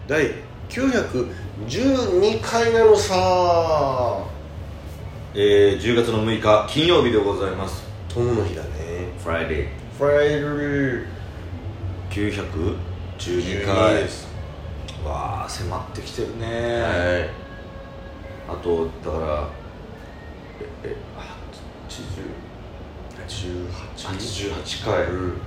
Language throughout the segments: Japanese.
第912回なのさ。 10月の6日金曜日でございます。 友の日だね。 フライデー 912回です。わあ迫ってきてるね。 はい。 あとだから88回、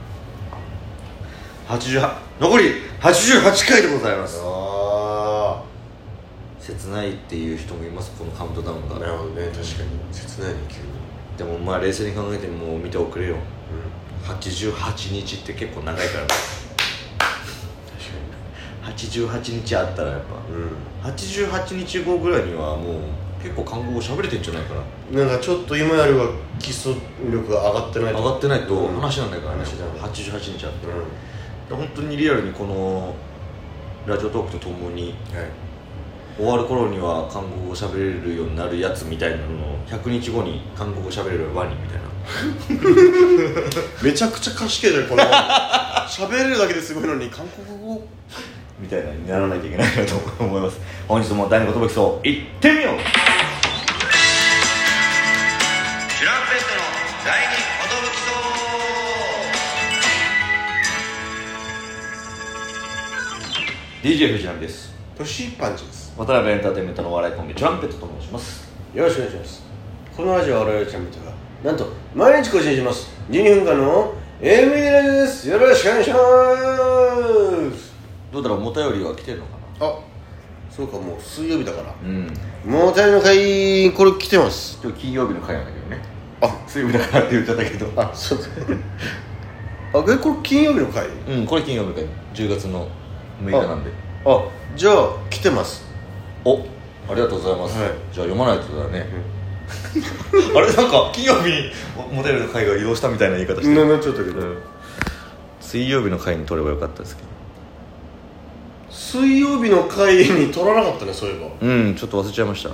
残り88回でございます。 ああ切ないっていう人もいます、このカウントダウンが。 なるほどね、確かに切ないね急に。 でもまあ冷静に考えても見ておくれよ、88日って結構長いからね。88日あったらやっぱ、88日後ぐらいにはもう結構韓国語喋れてんじゃないかな。 なんかちょっと今よりは基礎力が上がってないと話なんないからね、88日あって、本当にリアルにこのラジオトークとともに、終わる頃には韓国語喋れるようになるやつみたいなのを100日後に韓国語喋れるワニみたいな。 めちゃくちゃ賢いじゃんこの喋れるだけですごいのに韓国語みたいなにならなきゃいけないなと思います。本日も第2言基礎いってみよう。チュランペットの第2言基礎。DJ 藤波です。 トシパンチです。 渡辺エンターテインメントのお笑いコンビチュランペットと申します。 よろしくお願いします。このラジオは我々チャンピオンがなんと毎日更新します。12分間の AMD ラジオです。よろしくお願いします。 どうだろう、もたよりは来てるのかな。 あ、そうか、もう水曜日だから、もたよりの会これ来てます。 今日金曜日の会なんだけどね。水曜日だからって言っちゃったけど、 そうだこれ金曜日の会。 これ金曜日の会、10月の6日なんで。 じゃあ来てます。 ありがとうございます。じゃあ読まないとだね。あれ、なんか金曜日にモデルの会が移動したみたいな言い方してなっちゃったけど、 水曜日の会に取ればよかったですけど。 水曜日の会に取らなかったね、そういえば。 ちょっと忘れちゃいました。 こ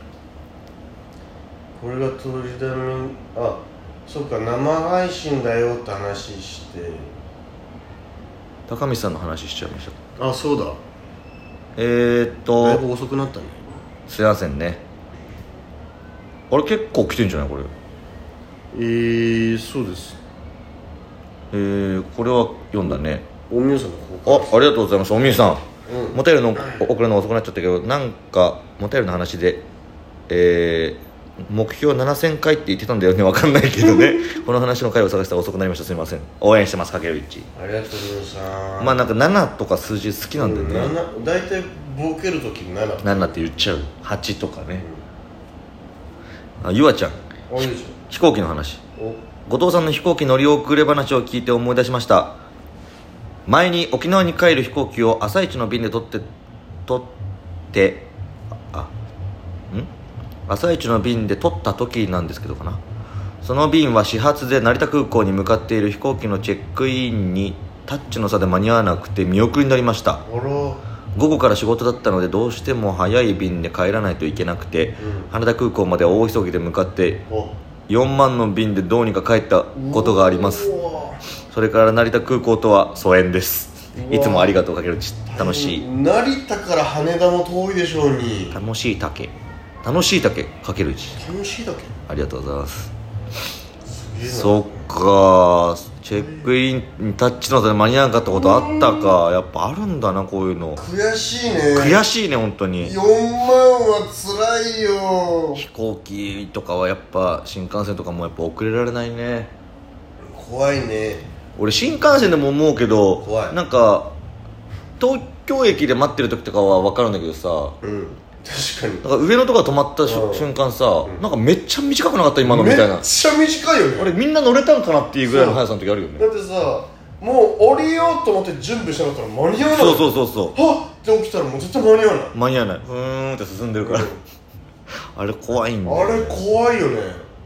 れが取りだめ。そうか、生配信だよって話して、 高見さんの話しちゃいました。 そうだ。だいぶ遅くなったね。 すいませんね。あれ結構来てんじゃないこれ。 そうです。 これは読んだね。 おみゆさんの方から。 ありがとうございます。おみゆさん、モテるの送るの遅くなっちゃったけど、なんかモテるの話で、目標7000回って言ってたんだよね。分かんないけどね。この話の回を探したら遅くなりました。すいません。応援してます。かける1。 ありがとうございます。 まあなんか7とか数字好きなんだよね。 だいたいボケるとき 7って言っちゃう。8とかね。ゆあちゃん、飛行機の話。後藤さんの飛行機乗り遅れ話を聞いて思い出しました。前に沖縄に帰る飛行機を朝一の便で朝一の便で取った時なんですけどかな。その便は始発で成田空港に向かっている飛行機のチェックインにタッチの差で間に合わなくて見送りになりました。午後から仕事だったのでどうしても早い便で帰らないといけなくて、羽田空港まで大急ぎで向かって4万の便でどうにか帰ったことがあります。それから成田空港とは疎遠です。いつもありがとう。かけるち。楽しい。 成田から羽田も遠いでしょうに。 楽しい竹かけるち。 楽しいだけ。 ありがとうございます。そっか、チェックインにタッチの差で間に合わなかったことあったか。やっぱあるんだな、こういうの。 悔しいね本当に。 4万は辛いよ。 飛行機とかはやっぱ新幹線とかもやっぱ遅れられないね。 怖いね。 俺新幹線でも思うけど、なんか東京駅で待ってる時とかは分かるんだけどさ、 確かに。 なんか上のとこが止まった瞬間さ、なんかめっちゃ短くなかった今のみたいな。 めっちゃ短いよね。 あれみんな乗れたんかなっていうぐらいの速さの時あるよね。 だってさ、もう降りようと思って準備しなかったら間に合わない。 そうはっって起きたらもう絶対間に合わない。 間に合わない。ふーんって進んでるから、あれ怖いんだよね。 あれ怖いよね。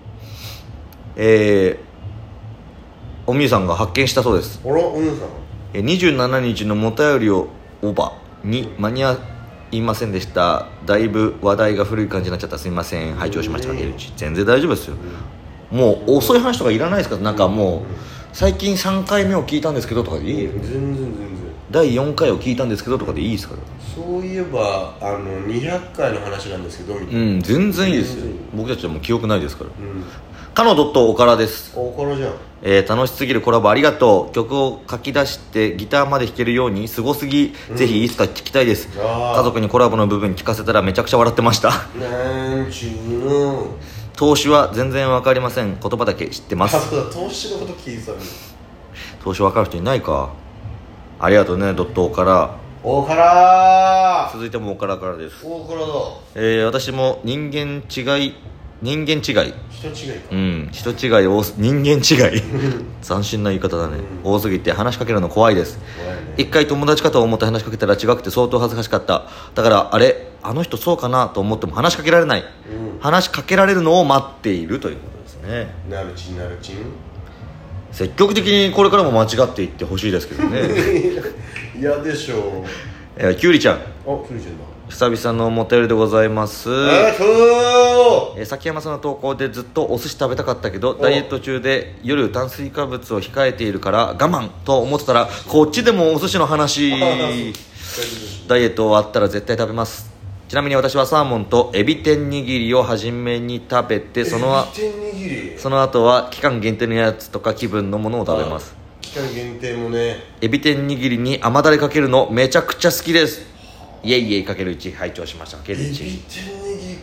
おみゆさんが発見したそうです。 おみゆさん、 27日のもたよりをオーバーに間に合いませんでした。だいぶ話題が古い感じになっちゃった。すみません。拝聴しました。全然大丈夫ですよ。もう遅い話とかいらないですから。なんかもう最近3回目を聞いたんですけどとかでいいよ。 全然第4回を聞いたんですけどとかでいいですか？ そういえば200回の話なんですけどみたいな。 全然いいですよ。僕たちはもう記憶ないですから。 うん。 かのドットおからです。 おからじゃん。 楽しすぎるコラボありがとう。曲を書き出してギターまで弾けるようにすごすぎ、ぜひいつか聞きたいです。家族にコラボの部分聞かせたらめちゃくちゃ笑ってました。 なんちゅうの。 投資は全然わかりません。言葉だけ知ってます。 そうだ、投資のこと聞いてたのに。 投資わかる人いないか。ありがとうね、ドットおから。 おから続いてもおからからです。 おからだ。 私も人間違い人違いか。 人違い人間違い斬新な言い方だね、多すぎて話しかけるの怖いです。 怖いね。 一回友達かと思って話しかけたら違くて相当恥ずかしかった。だからあの人そうかなと思っても話しかけられない、話しかけられるのを待っているということですね。 なるちん積極的にこれからも間違っていってほしいですけどね嫌でしょう。 きゅうりちゃん、 きゅうりちゃんだ。 久々のモテルでございます。 あと崎山さんの投稿でずっとお寿司食べたかったけどダイエット中で夜炭水化物を控えているから我慢と思ってたらこっちでもお寿司の話ダイエット終わったら絶対食べます。ちなみに私はサーモンとエビ天握りを初めに食べてその後は期間限定のやつとか気分のものを食べます。 期間限定もね。 エビ天握りに甘だれかけるのめちゃくちゃ好きです。イエイイエイかける1拝聴しました。かける1。エビ天握り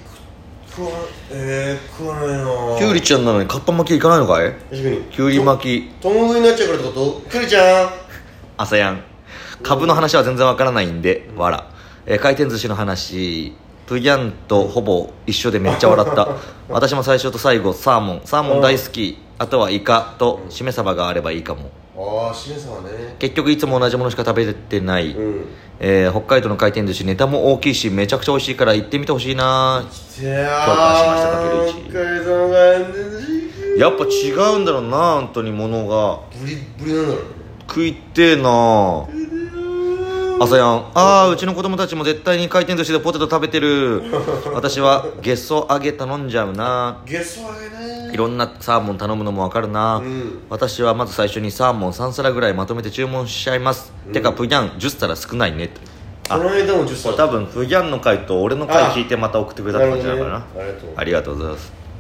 食わないな。 きゅうりちゃんなのにカッパ巻きいかないのかい？ 確かにきゅうり巻き共食いになっちゃうからってこと？きゅうりちゃん朝やん。株の話は全然わからないんでわら、回転寿司の話プギャンとほぼ一緒でめっちゃ笑った私も最初と最後サーモン大好き。あとはイカとしめ鯖があればいいかも。 しめ鯖ね。 結局いつも同じものしか食べれてない、北海道の回転寿司ネタも大きいしめちゃくちゃ美味しいから行ってみてほしいな。 評価しましたかける1。 北海道の回転寿司やっぱ違うんだろうな、本当に物がブリブリなんだろうね。 食いってえな。朝やん、うちの子供たちも絶対に回転寿司でポテト食べてる私はゲソ揚げ頼んじゃうな。 ゲソ揚げね。 いろんなサーモン頼むのもわかるな、私はまず最初にサーモン3皿ぐらいまとめて注文しちゃいます、てかプギャン10皿少ないねって。 この間も10皿。 多分プギャンの回と俺の回聞いてまた送ってくれたって感じだからな。ありがとうございます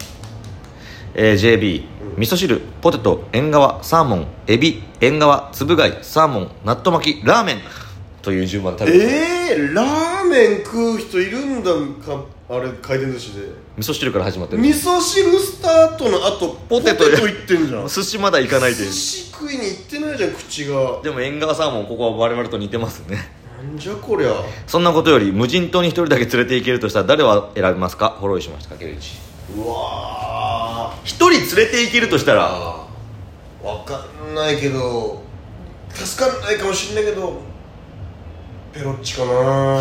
。JB、味噌汁、ポテト、縁側、サーモン、エビ、縁側、つぶ貝、サーモン、納豆巻き、ラーメンという順番で食べてラーメン食う人いるんだか。あれ回転寿司で味噌汁から始まってる。 味噌汁スタートの後ポテトいってんじゃん。 寿司まだ行かないで。 寿司食いに行ってないじゃん口が。 でも縁側サーモンここは我々と似てますね。 なんじゃこりゃ。 そんなことより無人島に一人だけ連れて行けるとしたら誰を選びますか？フォローしました。かける1。 うわー、 一人連れて行けるとしたらわかんないけど助からないかもしんないけどペロッチかな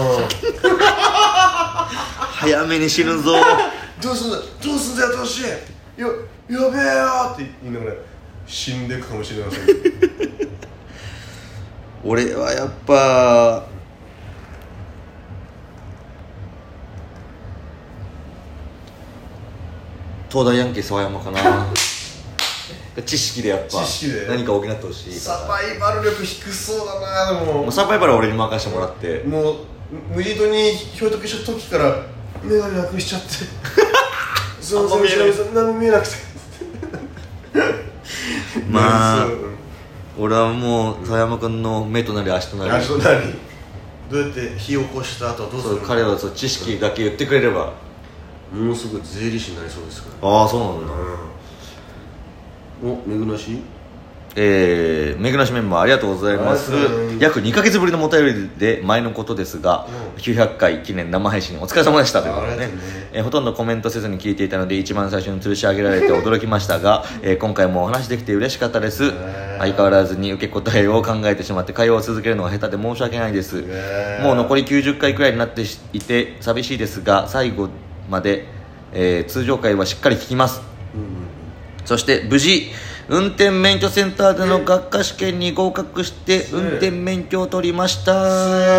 早めに死ぬぞどうすんだよ私やべえよって言いながら死んでいくかもしれません俺はやっぱ東大ヤンキー沢山かな知識でやっぱ何か補ってほしい。 サバイバル力低そうだな。でもサバイバルは俺に任せてもらって、 もう無人島に漂着した時から眼鏡なくしちゃってそう何も見えなくてまあ俺はもう沢山君の目となり足となりどうやって火を起こした後はどうするの？ 彼は知識だけ言ってくれればもうすぐ税理士になりそうですから。 ああそうなんだ、 めぐなしめぐなしメンバーありがとうございます。約2ヶ月ぶりのお便りで前のことですが、900回記念生配信お疲れ様でしたということでね、ほとんどコメントせずに聞いていたので一番最初に吊るし上げられて驚きましたが、今回もお話できて嬉しかったです。相変わらずに受け答えを考えてしまって会話を続けるのが下手で申し訳ないです。もう残り90回くらいになっていて寂しいですが最後まで、通常回はしっかり聞きます。そして無事運転免許センターでの学科試験に合格して運転免許を取りました。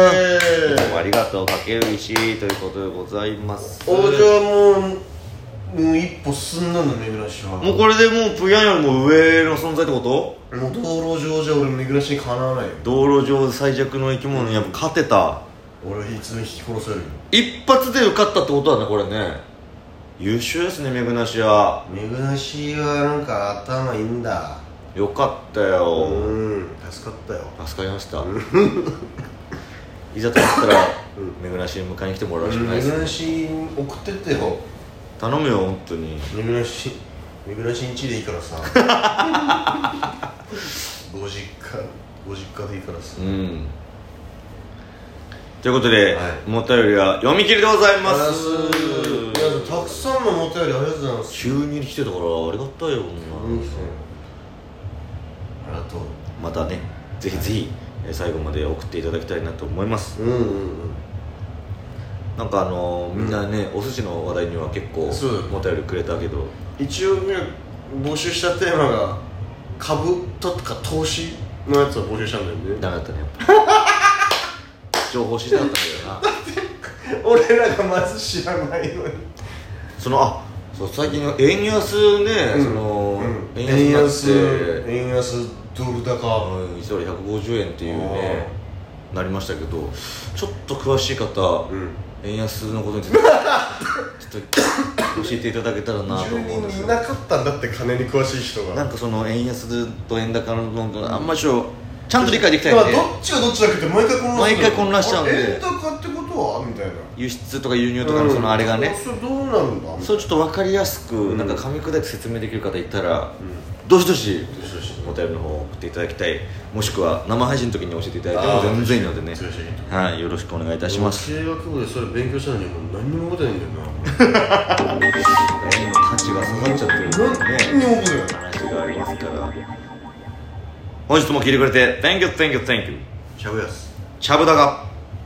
どうもありがとうかける石ということでございます。 じゃあもう一歩進んだんだ、めぐらしは。 もうこれでもうプヤンよりも上の存在ってこと？ もう道路上じゃ俺めぐらしにかなわないよ。 道路上最弱の生き物にやっぱ勝てた。 俺はいつも引き殺されるよ。 一発で受かったってことだね、これね。優秀ですね、めぐなしは。 めぐなしはなんか頭いいんだ。 よかったよ。 助かったよ。 助かりました。いざとなったら、めぐなしに迎えに来てもらうしかないです。 めぐなし送ってってよ。 頼むよ、本当に。 めぐなしん家でいいからさ。ご実家でいいからさ。 ということで、お便りは読み切りでございます。 たくさんのお便りありがとうございます。 急に来てたからありがたいよ、 ありがとう。 またね、ぜひぜひ最後まで送っていただきたいなと思います。なんかみんなね、お寿司の話題には結構お便りくれたけど、 一応ね、募集したテーマが株とか投資のやつを募集したんだよね。 ダメだったね、情報知りたかったんだよな。 俺らがまず知らないのに。 そう最近の円安ね、円安ドル高、 1ドル150円っていうねなりましたけど、ちょっと詳しい方、円安のことについてちょっと教えていただけたらなと思うんですよ。 10人いなかったんだって、金に詳しい人が。 なんかその円安と円高のあんまりちゃんと理解できたいんで、 どっちがどっちだっけって毎回混乱しちゃうんで、 円高ってことはみたいな、 輸出とか輸入とかのそのあれがね、 それどうなるんだ、 それちょっと分かりやすくなんか噛み砕いて説明できる方いたら、どしどしお便りの方を送っていただきたい、もしくは生配信の時に教えていただいても全然いいのでね、はい、よろしくお願いいたします。 経営学部でそれ勉強したのにもう何にも覚えてないんだよな。 円の価値が下がっちゃってるからね、 何にも覚えてない話がありますから。本日も聞いてくれて Thank you しゃべやすチャブだが